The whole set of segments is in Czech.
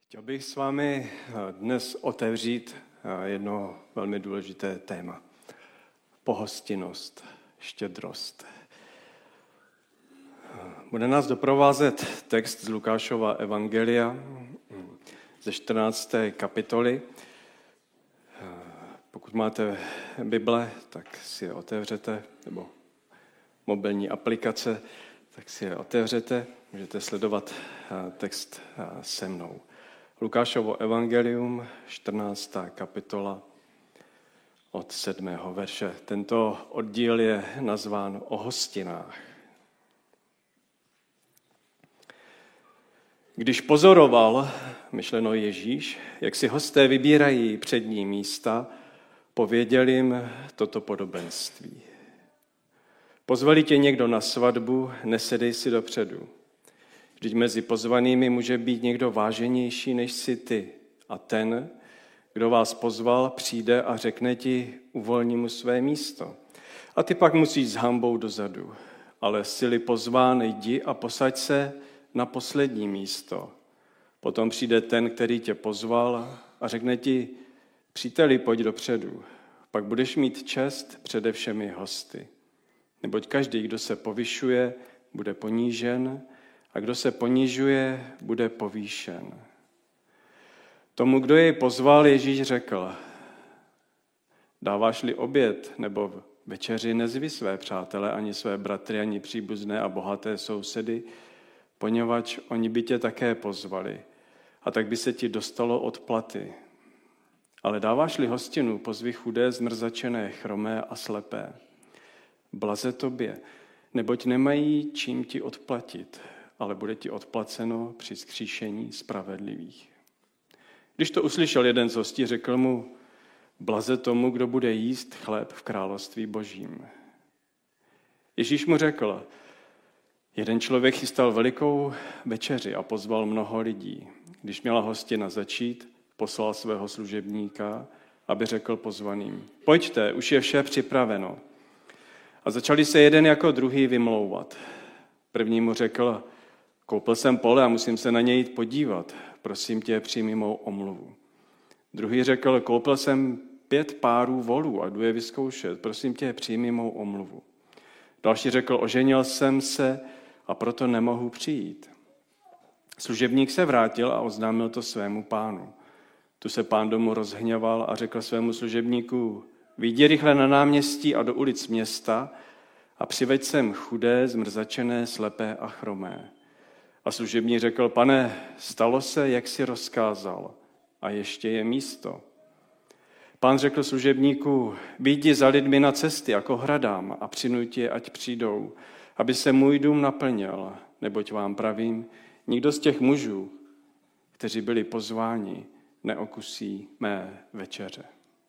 Chtěl bych s vámi dnes otevřít jedno velmi důležité téma. Pohostinnost, štědrost. Bude nás doprovázet text z Lukášova evangelia ze 14. kapitoly. Pokud máte Bible, tak si je otevřete, nebo mobilní aplikace, tak si je otevřete. Můžete sledovat text se mnou. Lukášovo evangelium, 14. kapitola od 7. verše. Tento oddíl je nazván o hostinách. Když pozoroval, myšleno Ježíš, jak si hosté vybírají přední místa, pověděl jim toto podobenství. Pozvali tě někdo na svatbu, nesedej si dopředu. Vždyť mezi pozvanými může být někdo váženější než si ty. A ten, kdo vás pozval, přijde a řekne ti, uvolni mu své místo. A ty pak musíš s hanbou dozadu. Ale jsi-li pozván, jdi a posaď se na poslední místo. Potom přijde ten, který tě pozval a řekne ti, příteli, pojď dopředu. Pak budeš mít čest přede všemi hosty. Neboť každý, kdo se povyšuje, bude ponížen, a kdo se ponižuje, bude povýšen. Tomu, kdo jej pozval, Ježíš řekl, dáváš-li oběd nebo večeři, nezvi své přátele, ani své bratry, ani příbuzné a bohaté sousedy, poněvadž oni by tě také pozvali, a tak by se ti dostalo odplaty. Ale dáváš-li hostinu, pozvi chudé, zmrzačené, chromé a slepé. Blaze tobě, neboť nemají čím ti odplatit, ale bude ti odplaceno při vzkříšení spravedlivých. Když to uslyšel jeden z hostí, řekl mu, blaze tomu, kdo bude jíst chléb v království božím. Ježíš mu řekl, jeden člověk chystal velikou večeři a pozval mnoho lidí. Když měla hostina začít, poslal svého služebníka, aby řekl pozvaným, pojďte, už je vše připraveno. A začali se jeden jako druhý vymlouvat. První mu řekl, koupil jsem pole a musím se na něj jít podívat. Prosím tě, přijmi mou omluvu. Druhý řekl, koupil jsem 5 párů volů a jdu je vyzkoušet. Prosím tě, přijmi mou omluvu. Další řekl, oženil jsem se a proto nemohu přijít. Služebník se vrátil a oznámil to svému pánu. Tu se pán domu rozhněval a řekl svému služebníku, vyjdi rychle na náměstí a do ulic města a přiveď sem chudé, zmrzačené, slepé a chromé. A služebník řekl, pane, stalo se, jak jsi rozkázal, a ještě je místo. Pán řekl služebníku, vyjdi za lidmi na cesty, jako hradám, a přinuť je, ať přijdou, aby se můj dům naplnil, neboť vám pravím, nikdo z těch mužů, kteří byli pozváni, neokusí mé večeře.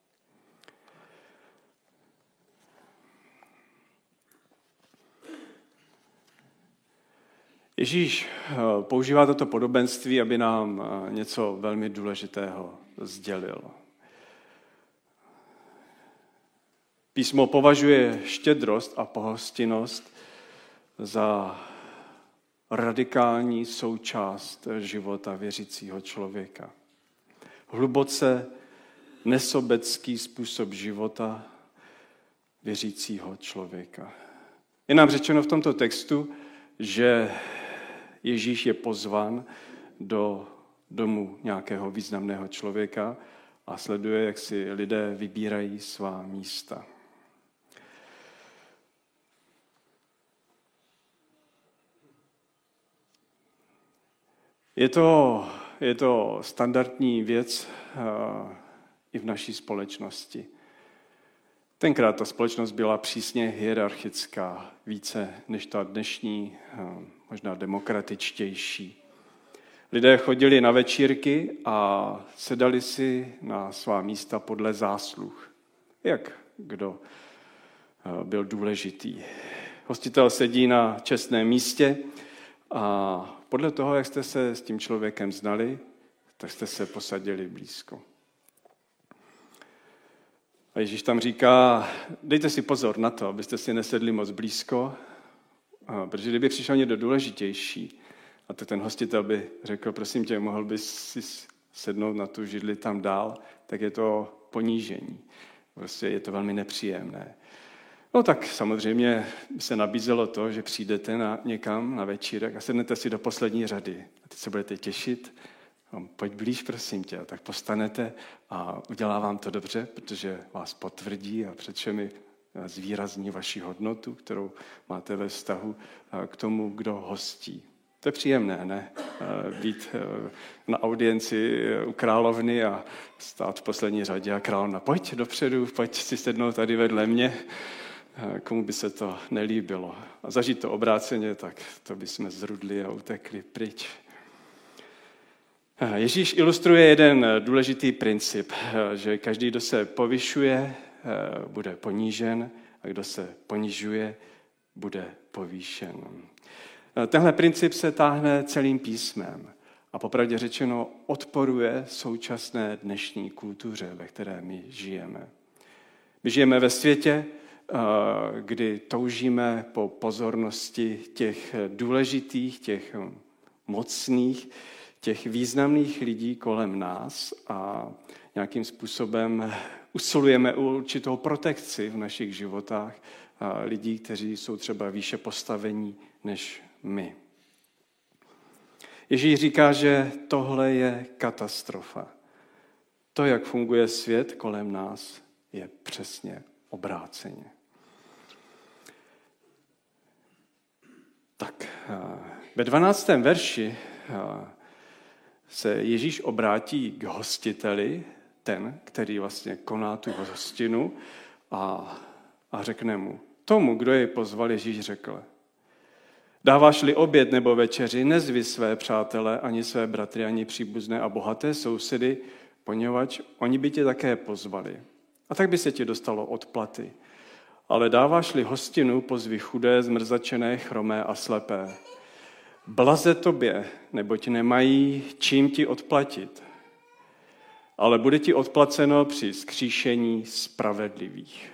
Ježíš používá toto podobenství, aby nám něco velmi důležitého sdělil. Písmo považuje štědrost a pohostinnost za radikální součást života věřícího člověka. Hluboce nesobecký způsob života věřícího člověka. Je nám řečeno v tomto textu, že Ježíš je pozván do domu nějakého významného člověka a sleduje, jak si lidé vybírají svá místa. Je to standardní věc i v naší společnosti. Tenkrát ta společnost byla přísně hierarchická, více než ta dnešní, možná demokratičtější. Lidé chodili na večírky a sedali si na svá místa podle zásluh, jak kdo byl důležitý. Hostitel sedí na čestném místě a podle toho, jak jste se s tím člověkem znali, tak jste se posadili blízko. A Ježíš tam říká, dejte si pozor na to, abyste si nesedli moc blízko, protože kdyby přišel někdo důležitější A to ten hostitel by řekl, prosím tě, mohl bys si sednout na tu židli tam dál, tak je to ponížení. Prostě je to velmi nepříjemné. No tak samozřejmě se nabízelo to, že přijdete někam na večírek a sednete si do poslední řady. A teď se budete těšit, pojď blíž, prosím tě. A tak postanete a udělá vám to dobře, protože vás potvrdí a před všemi zvýrazní vaši hodnotu, kterou máte ve vztahu k tomu, kdo hostí. To je příjemné, ne? Být na audienci u královny a stát v poslední řadě a královna, pojď dopředu, pojď si sednout tady vedle mě. Komu by se to nelíbilo. A zažít to obráceně, tak to bychom zrudli a utekli pryč. Ježíš ilustruje jeden důležitý princip, že každý, kdo se povyšuje, bude ponížen a kdo se ponižuje, bude povýšen. Tenhle princip se táhne celým písmem a popravdě řečeno odporuje současné dnešní kultuře, ve které my žijeme. My žijeme ve světě, kdy toužíme po pozornosti těch důležitých, těch mocných, těch významných lidí kolem nás a nějakým způsobem usilujeme o určitou protekci v našich životách lidí, kteří jsou třeba výše postavení než my. Ježíš říká, že tohle je katastrofa. To, jak funguje svět kolem nás, je přesně obráceně. Tak, ve 12. verši se Ježíš obrátí k hostiteli, ten, který vlastně koná tu hostinu a řekne mu, tomu, kdo jej pozval, Ježíš řekl, dáváš-li oběd nebo večeři, nezvi své přátele, ani své bratry, ani příbuzné a bohaté sousedy, poněvadž oni by tě také pozvali. A tak by se ti dostalo odplaty. Ale dáváš-li hostinu, pozvi chudé, zmrzačené, chromé a slepé. Blaze tobě, neboť nemají čím ti odplatit. Ale bude ti odplaceno při vzkříšení spravedlivých.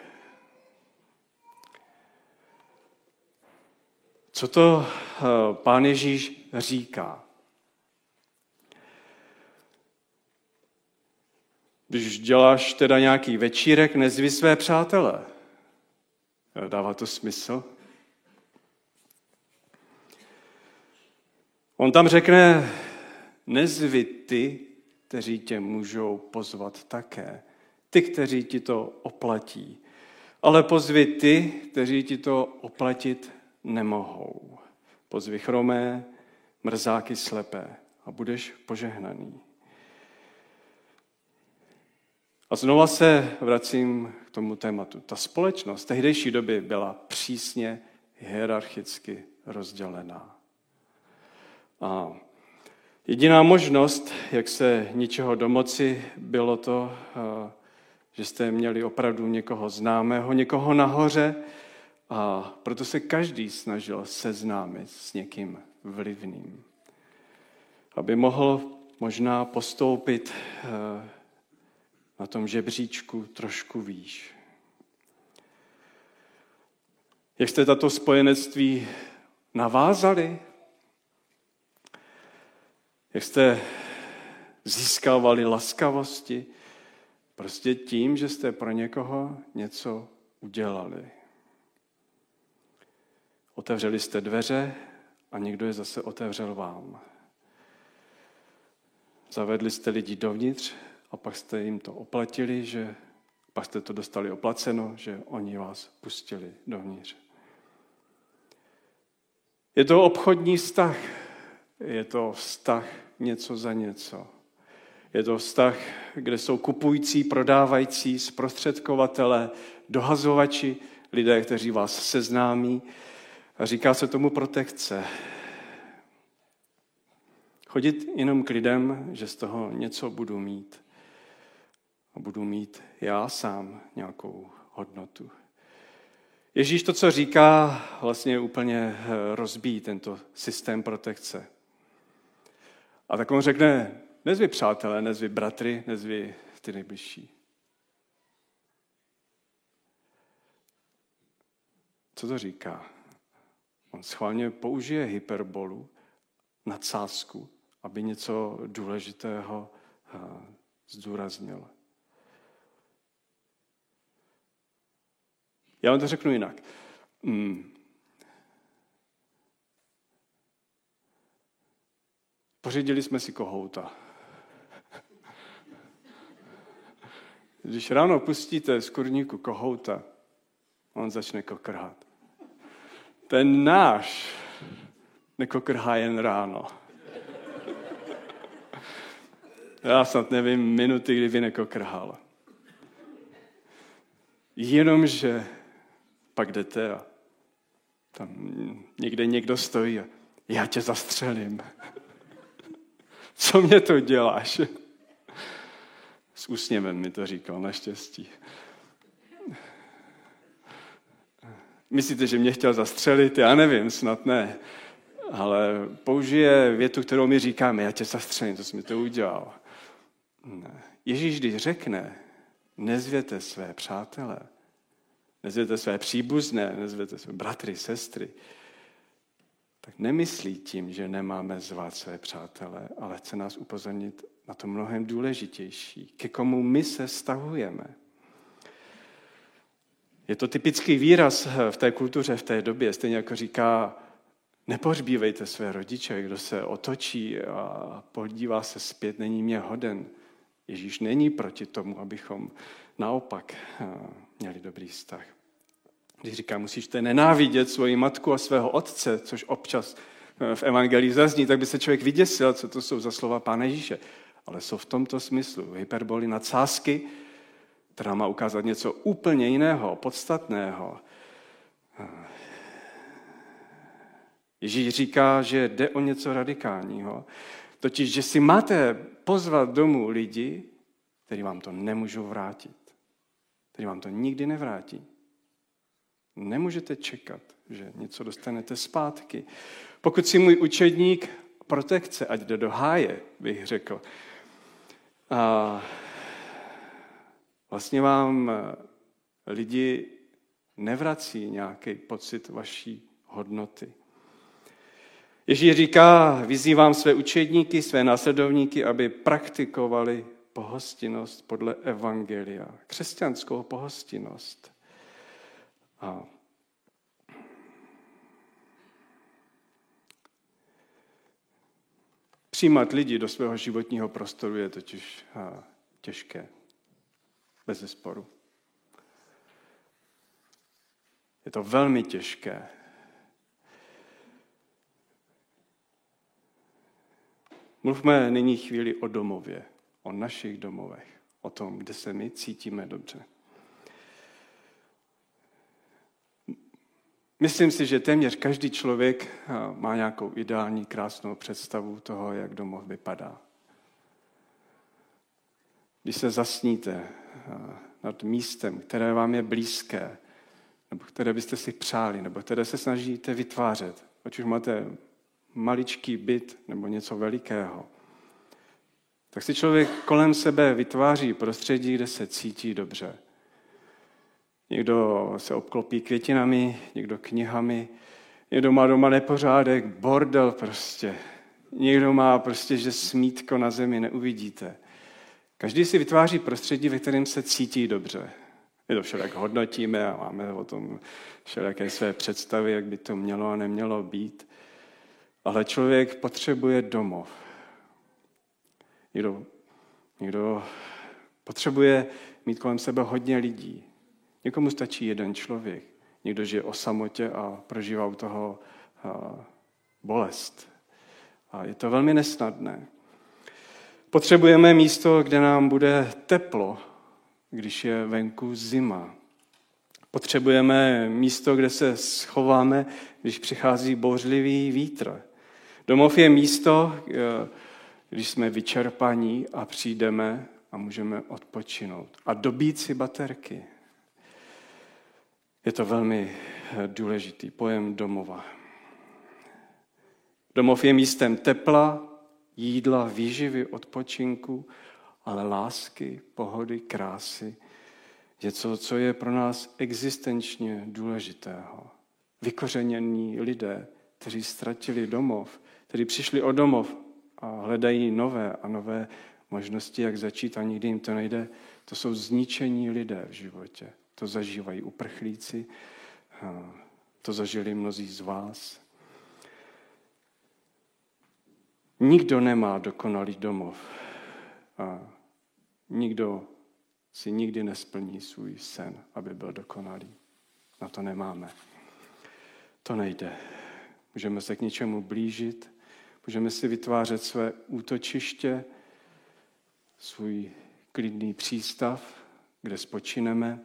Co to Pán Ježíš říká? Když děláš teda nějaký večírek, nezvi své přátele. Dává to smysl? On tam řekne, nezvi ty, kteří tě můžou pozvat také. Ty, kteří ti to oplatí. Ale pozvi ty, kteří ti to oplatit nemohou. Pozvi chromé, mrzáky, slepé a budeš požehnaný. A znova se vracím k tomu tématu. Ta společnost v tehdejší době byla přísně hierarchicky rozdělená. A jediná možnost, jak se ničeho domoci, bylo to, že jste měli opravdu někoho známého, někoho nahoře, a proto se každý snažil seznámit s někým vlivným, aby mohl možná postoupit na tom žebříčku trošku výš. Jak jste tato spojenectví navázali? Jak jste získávali laskavosti? Prostě tím, že jste pro někoho něco udělali. Otevřeli jste dveře a někdo je zase otevřel vám. Zavedli jste lidi dovnitř a pak jste jim to oplatili, pak jste to dostali oplaceno, že oni vás pustili dovnitř. Je to obchodní vztah. Je to vztah něco za něco. Je to vztah, kde jsou kupující, prodávající, zprostředkovatelé, dohazovači, lidé, kteří vás seznámí. A říká se tomu protekce. Chodit jenom k lidem, že z toho něco budu mít. A budu mít já sám nějakou hodnotu. Ježíš to, co říká, vlastně úplně rozbíjí tento systém protekce. A tak on řekne, nezvi přátelé, nezvi bratry, nezvi ty nejbližší. Co to říká? On schválně použije hyperbolu, nadsázku, aby něco důležitého zdůraznil. Já vám to řeknu jinak. Pořídili jsme si kohouta. Když ráno pustíte z kurníku kohouta, on začne kokrhat. Ten náš nekokrhá jen ráno. Já snad nevím minuty, kdy by nekokrhal. Jenomže pak jdete a tam někde někdo stojí a já tě zastřelím. Co mě to děláš? S úsměvem mi to říkal, naštěstí. Myslíte, že mě chtěl zastřelit? Já nevím, snad ne. Ale použije větu, kterou mi říkáme, já tě zastřelím, to jsi mi to udělal. Ježíš, když řekne, nezvěte své přátele, nezvěte své příbuzné, nezvěte své bratry, sestry, tak nemyslí tím, že nemáme zvát své přátele, ale chce nás upozornit na to mnohem důležitější, ke komu my se vztahujeme. Je to typický výraz v té kultuře, v té době, stejně jako říká, nepohřbívejte své rodiče, kdo se otočí a podívá se zpět, není mě hoden. Ježíš není proti tomu, abychom naopak měli dobrý vztah. Když říká, musíš nenávidět svoji matku a svého otce, což občas v evangelii zazní, tak by se člověk vyděsil, co to jsou za slova Pána Ježíše. Ale jsou v tomto smyslu hyperboli, nadsázky, která má ukázat něco úplně jiného, podstatného. Ježíš říká, že jde o něco radikálního, totiž, že si máte pozvat domů lidi, kteří vám to nemůžou vrátit, kteří vám to nikdy nevrátí. Nemůžete čekat, že něco dostanete zpátky. Pokud si můj učedník protekce, ať jde do háje, bych řekl, a vlastně vám lidi nevrací nějaký pocit vaší hodnoty. Ježíš říká, vyzývám své učedníky, své následovníky, aby praktikovali pohostinnost podle evangelia, křesťanskou pohostinnost. A přijímat lidi do svého životního prostoru je totiž těžké, bezesporu. Je to velmi těžké. Mluvme nyní chvíli o domově, o našich domovech, o tom, kde se my cítíme dobře. Myslím si, že téměř každý člověk má nějakou ideální, krásnou představu toho, jak domov vypadá. Když se zasníte nad místem, které vám je blízké, nebo které byste si přáli, nebo které se snažíte vytvářet, ať už máte maličký byt nebo něco velikého, tak si člověk kolem sebe vytváří prostředí, kde se cítí dobře. Někdo se obklopí květinami, někdo knihami, někdo má doma nepořádek, bordel prostě. Někdo má prostě, že smítko na zemi neuvidíte. Každý si vytváří prostředí, ve kterém se cítí dobře. My to všelijak hodnotíme a máme o tom všelijaké své představy, jak by to mělo a nemělo být. Ale člověk potřebuje domov. Někdo potřebuje mít kolem sebe hodně lidí. Někomu stačí jeden člověk. Někdo žije o samotě a prožívá u toho bolest. A je to velmi nesnadné. Potřebujeme místo, kde nám bude teplo, když je venku zima. Potřebujeme místo, kde se schováme, když přichází bouřlivý vítr. Domov je místo, když jsme vyčerpaní a přijdeme a můžeme odpočinout a dobít si baterky. Je to velmi důležitý pojem domova. Domov je místem tepla, jídla, výživy, odpočinku, ale lásky, pohody, krásy. Něco, co je pro nás existenčně důležitého. Vykořenění lidé, kteří ztratili domov, kteří přišli o domov a hledají nové a nové možnosti, jak začít a nikdy jim to nejde. To jsou zničení lidé v životě. To zažívají uprchlíci, to zažili mnozí z vás. Nikdo nemá dokonalý domov a nikdo si nikdy nesplní svůj sen, aby byl dokonalý. Na to nemáme. To nejde. Můžeme se k něčemu blížit, můžeme si vytvářet své útočiště, svůj klidný přístav, kde spočineme,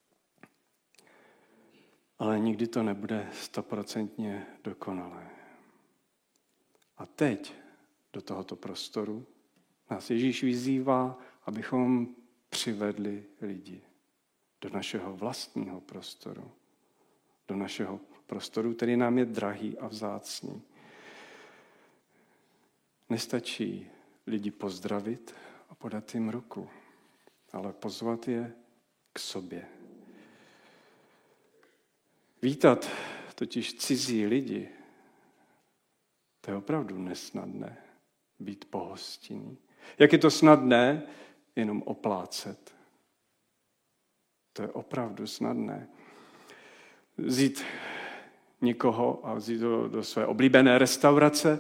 ale nikdy to nebude 100% dokonalé. A teď do tohoto prostoru nás Ježíš vyzývá, abychom přivedli lidi do našeho vlastního prostoru. Do našeho prostoru, který nám je drahý a vzácný. Nestačí lidi pozdravit a podat jim ruku, ale pozvat je k sobě. Vítat totiž cizí lidi, to je opravdu nesnadné, být pohostinný. Jak je to snadné jenom oplácet. To je opravdu snadné. Vzít někoho a vzít ho do své oblíbené restaurace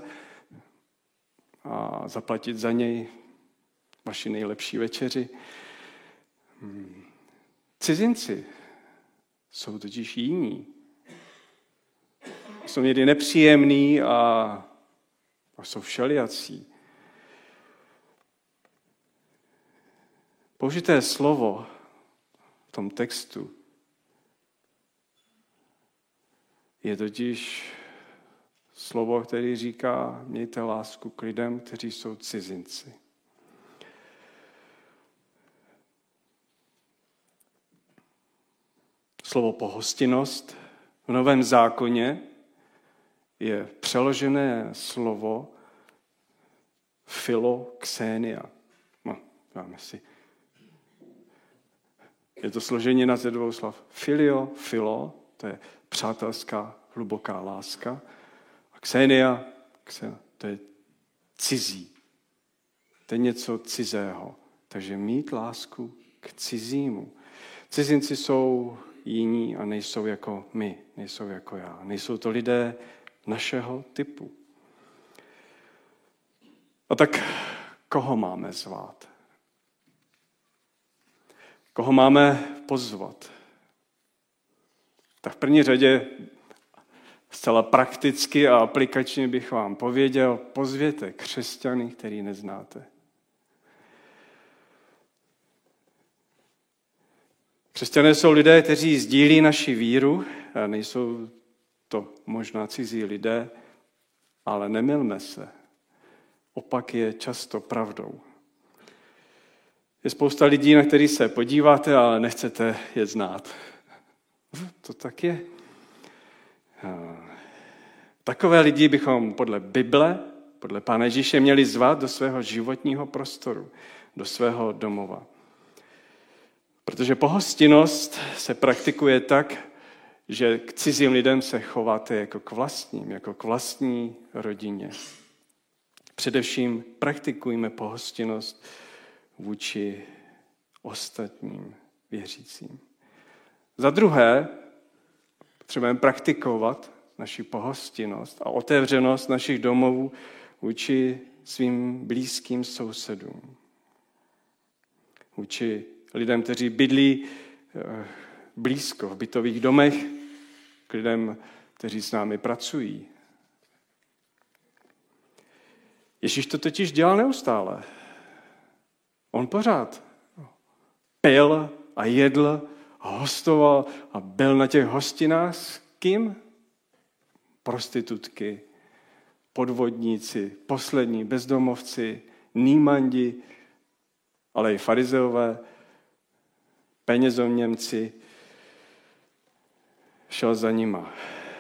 a zaplatit za něj vaši nejlepší večeři. Cizinci jsou totiž jiní. Jsou někdy nepříjemní a jsou všelijací. Použité slovo v tom textu je totiž slovo, který říká, mějte lásku k lidem, kteří jsou cizinci. Slovo pohostinnost v Novém zákoně je přeložené slovo filoxénia. No, dáme si. Je to složenina ze dvou slov. Filo, to je přátelská, hluboká láska. A xénia, to je cizí. To je něco cizého. Takže mít lásku k cizímu. Cizinci jsou jiní a nejsou jako my, nejsou jako já. Nejsou to lidé našeho typu. A tak koho máme zvát? Koho máme pozvat? Tak v první řadě zcela prakticky a aplikačně bych vám pověděl, pozvěte křesťany, který neznáte. Křesťané jsou lidé, kteří sdílí naši víru, a nejsou to možná cizí lidé, ale nemylme se. Opak je často pravdou. Je spousta lidí, na který se podíváte, ale nechcete je znát. To tak je. Takové lidi bychom podle Bible, podle Pána Ježíše měli zvat do svého životního prostoru, do svého domova. Protože pohostinnost se praktikuje tak, že k cizím lidem se chováte jako k vlastním, jako k vlastní rodině. Především praktikujme pohostinnost vůči ostatním věřícím. Za druhé, potřebujeme praktikovat naši pohostinnost a otevřenost našich domovů vůči svým blízkým sousedům. Vůči lidem, kteří bydlí blízko v bytových domech, k lidem, kteří s námi pracují. Ježíš to totiž dělal neustále. On pořád pil a jedl a hostoval a byl na těch hostinách s kým? Prostitutky, podvodníci, poslední bezdomovci, nímandi, ale i farizeové, penězoměmci. Šel za nima.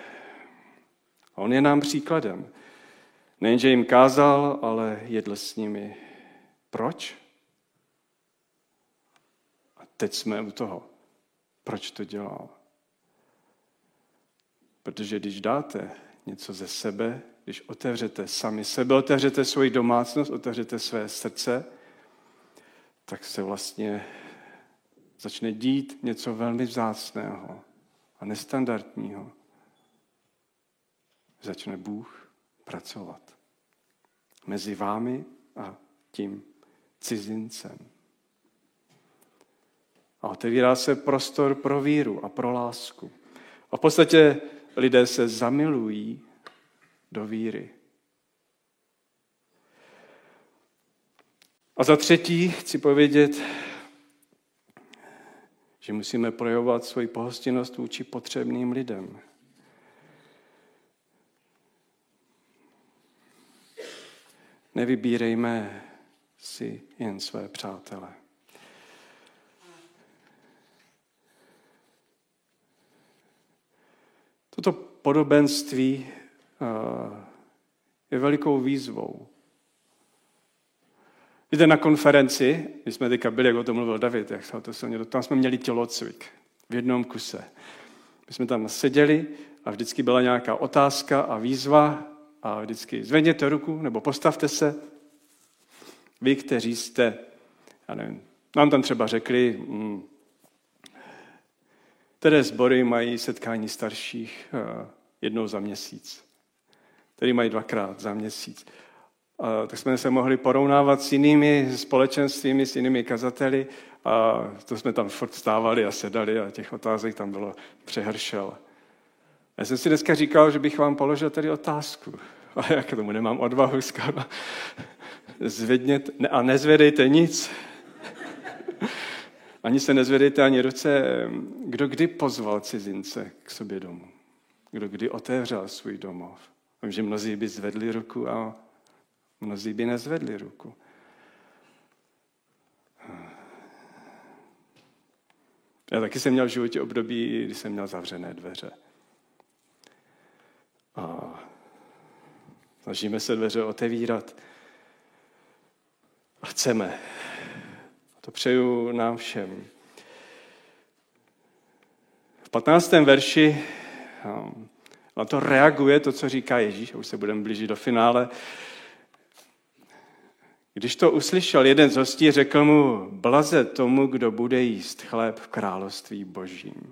On je nám příkladem. Nejenže jim kázal, ale jedl s nimi. Proč? A teď jsme u toho. Proč to dělal? Protože když dáte něco ze sebe když otevřete sami sebe, otevřete svoji domácnost, otevřete své srdce, tak se vlastně začne dít něco velmi vzácného a nestandardního. Začne Bůh pracovat mezi vámi a tím cizincem. A otevírá se prostor pro víru a pro lásku. A v podstatě lidé se zamilují do víry. A za třetí chci povědět, že musíme projevovat svoji pohostinnost vůči potřebným lidem. Nevybírejme si jen své přátele. Toto podobenství je velikou výzvou. Víte, na konferenci, když jsme teďka byli, jak o tom mluvil David, jak se to silně, tam jsme měli tělocvik v jednom kuse. My jsme tam seděli a vždycky byla nějaká otázka a výzva a vždycky zvedněte ruku nebo postavte se. Vy, kteří jste, já nevím, nám tam třeba řekli, které sbory mají setkání starších jednou za měsíc, který mají 2krát za měsíc. A tak jsme se mohli porovnávat s jinými společenstvími, s jinými kazateli a to jsme tam furt stávali a sedali a těch otázek tam bylo přehršel. Já jsem si dneska říkal, že bych vám položil tady otázku, ale já k tomu nemám odvahu skoro. Zvedněte a nezvedejte nic. Ani se nezvedejte ani ruce. Kdo kdy pozval cizince k sobě domů? Kdo kdy otevřel svůj domov? Vím, že mnozí by zvedli ruku a mnozí by nezvedli ruku. Já taky jsem měl v životě období, kdy jsem měl zavřené dveře. A snažíme se dveře otevírat. A chceme. A to přeju nám všem. V 15. verši na to reaguje to, co říká Ježíš, a už se budeme blížit do finále. Když to uslyšel jeden z hostí, řekl mu, blaze tomu, kdo bude jíst chléb v království božím.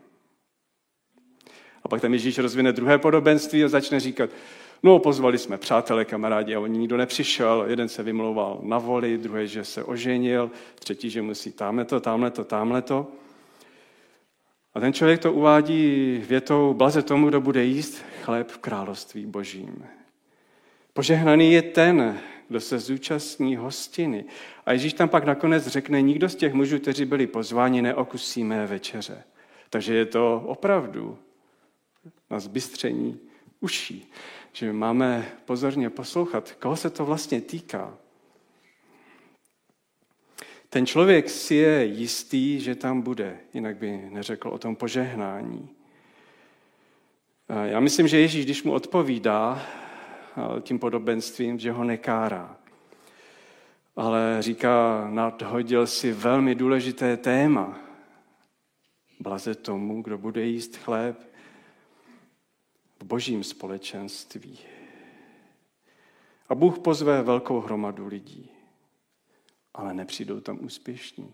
A pak tam Ježíš rozvine druhé podobenství a začne říkat, no pozvali jsme přátelé, kamarádi a oni nikdo nepřišel, jeden se vymlouval na voli, druhý, že se oženil, třetí, že musí támhleto. A ten člověk to uvádí větou, blaze tomu, kdo bude jíst chléb v království božím. Požehnaný je ten, kdo se zúčastní hostiny. A Ježíš tam pak nakonec řekne, nikdo z těch mužů, kteří byli pozváni, neokusí mé večeře. Takže je to opravdu na zbystření uší, že máme pozorně poslouchat, koho se to vlastně týká. Ten člověk si je jistý, že tam bude, jinak by neřekl o tom požehnání. Já myslím, že Ježíš, když mu odpovídá tím podobenstvím, že ho nekárá, ale říká, nadhodil si velmi důležité téma. Blaze tomu, kdo bude jíst chléb v božím společenství. A Bůh pozve velkou hromadu lidí, ale nepřijdou tam úspěšní.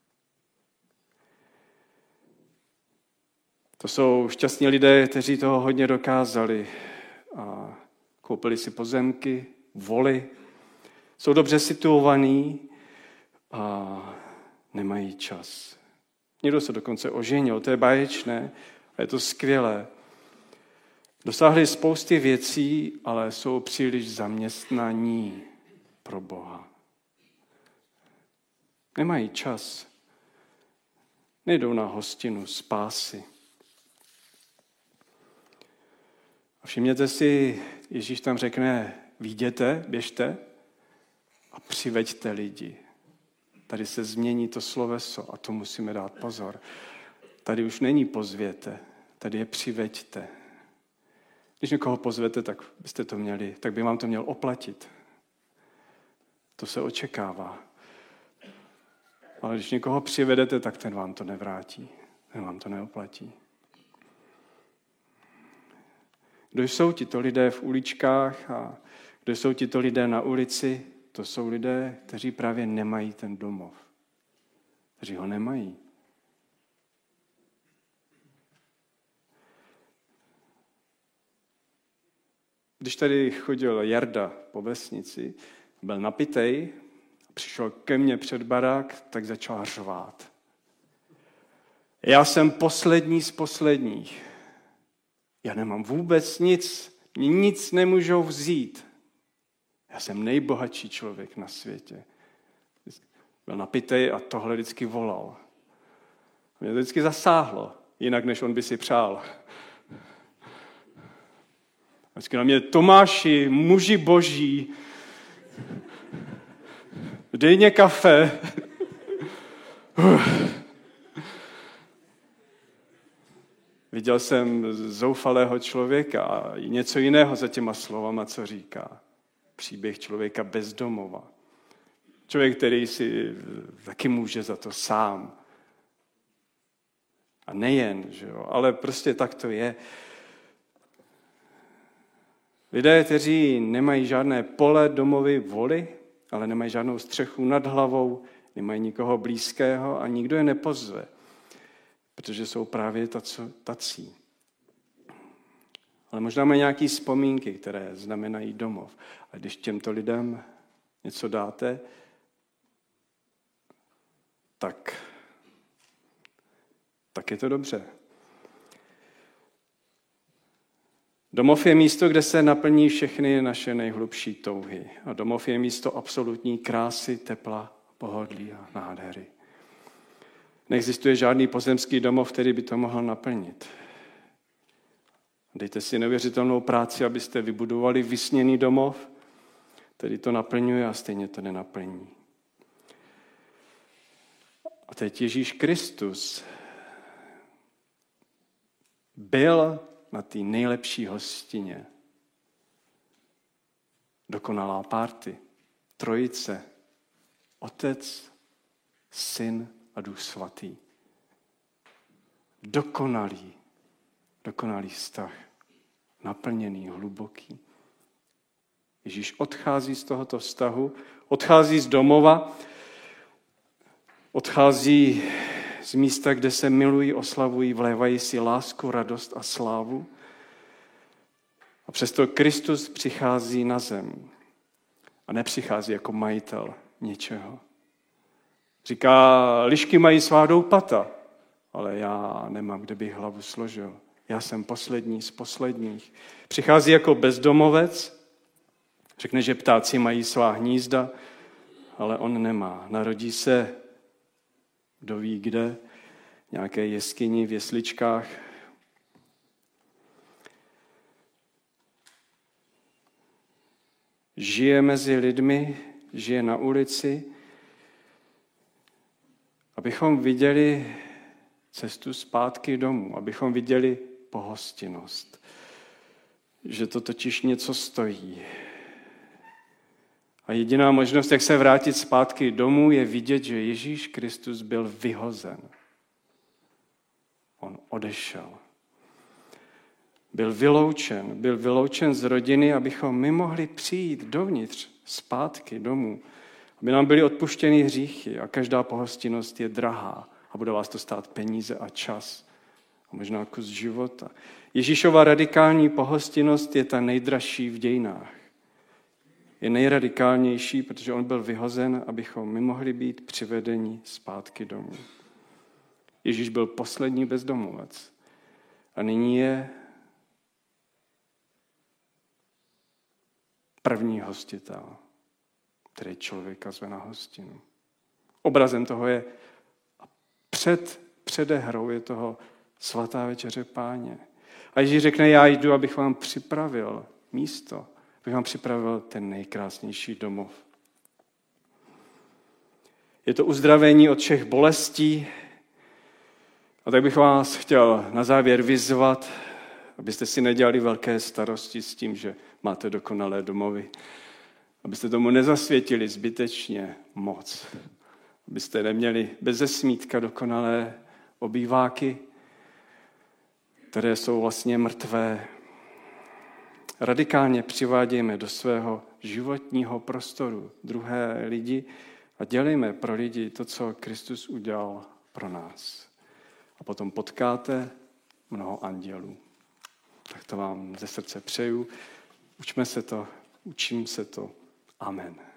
To jsou šťastní lidé, kteří toho hodně dokázali a koupili si pozemky, voly, jsou dobře situovaní a nemají čas. Někdo se dokonce oženil, to je báječné a je to skvělé. Dosáhli spousty věcí, ale jsou příliš zaměstnaní pro Boha. Nemají čas. Nejdou na hostinu spásy. A všimněte si, Ježíš tam řekne, vyjděte, běžte a přiveďte lidi. Tady se změní to sloveso a to musíme dát pozor. Tady už není pozvěte, tady je přiveďte. Když někoho pozvete, tak byste to měli, tak by vám to měl oplatit. To se očekává. Ale když někoho přivedete, tak ten vám to nevrátí. Ten vám to neoplatí. Kdo jsou tito lidé v uličkách a kdo jsou tito lidé na ulici? To jsou lidé, kteří právě nemají ten domov. Kteří ho nemají. Když tady chodil Jarda po vesnici, byl napitej, přišel ke mně před barák, tak začal řvát. Já jsem poslední z posledních. Já nemám vůbec nic, mě nic nemůžou vzít. Já jsem nejbohatší člověk na světě. Byl napitej a tohle vždycky volal. Mě to vždycky zasáhlo, jinak než on by si přál. Vždycky na mě, Tomáši, muži boží, dej mě kafe. Viděl jsem zoufalého člověka a něco jiného za těma slovama, co říká. Příběh člověka bez domova. Člověk, který si taky může za to sám. A nejen, že jo, ale prostě tak to je. Lidé, kteří nemají žádné pole, domovy, voly, ale nemají žádnou střechu nad hlavou, nemají nikoho blízkého a nikdo je nepozve, protože jsou právě tací. Ale možná mají nějaké vzpomínky, které znamenají domov. A když těmto lidem něco dáte, tak je to dobře. Domov je místo, kde se naplní všechny naše nejhlubší touhy. A domov je místo absolutní krásy, tepla, pohodlí a nádhery. Neexistuje žádný pozemský domov, který by to mohl naplnit. Dejte si neuvěřitelnou práci, abyste vybudovali vysněný domov, který to naplňuje a stejně to nenaplní. A teď Ježíš Kristus byl na té nejlepší hostině. Dokonalá party, trojice, Otec, Syn a Duch Svatý. Dokonalý vztah, naplněný, hluboký. Ježíš odchází z tohoto vztahu, odchází z domova, odchází z místa, kde se milují, oslavují, vlévají si lásku, radost a slávu. A přesto Kristus přichází na zem. A nepřichází jako majitel něčeho. Říká, lišky mají svá doupata, ale já nemám, kde bych hlavu složil. Já jsem poslední z posledních. Přichází jako bezdomovec, řekne, že ptáci mají svá hnízda, ale on nemá. Narodí se, kdo ví kde, nějaké jeskyni v jesličkách. Žije mezi lidmi, žije na ulici, abychom viděli cestu zpátky domů, abychom viděli pohostinnost. Že to totiž něco stojí. A jediná možnost, jak se vrátit zpátky domů, je vidět, že Ježíš Kristus byl vyhozen. On odešel. Byl vyloučen z rodiny, abychom my mohli přijít dovnitř, zpátky domů. Aby nám byly odpuštěny hříchy a každá pohostinnost je drahá a bude vás to stát peníze a čas a možná kus života. Ježíšova radikální pohostinnost je ta nejdražší v dějinách. Je nejradikálnější, protože on byl vyhozen, abychom my mohli být přivedeni zpátky domů. Ježíš byl poslední bezdomovec a nyní je první hostitel, který člověka zve na hostinu. Obrazem toho je před předehrou je toho svatá večeře Páně. A Ježíš řekne, já jdu, abych vám připravil místo, abych vám připravil ten nejkrásnější domov. Je to uzdravení od všech bolestí. A tak bych vás chtěl na závěr vyzvat, abyste si nedělali velké starosti s tím, že máte dokonalé domovy. Abyste tomu nezasvětili zbytečně moc. Abyste neměli beze smítka dokonalé obýváky, které jsou vlastně mrtvé. radikálně přivádějme do svého životního prostoru druhé lidi a dělejme pro lidi to, co Kristus udělal pro nás. A potom potkáte mnoho andělů. Tak to vám ze srdce přeju. Učme se to, učím se to. Amen.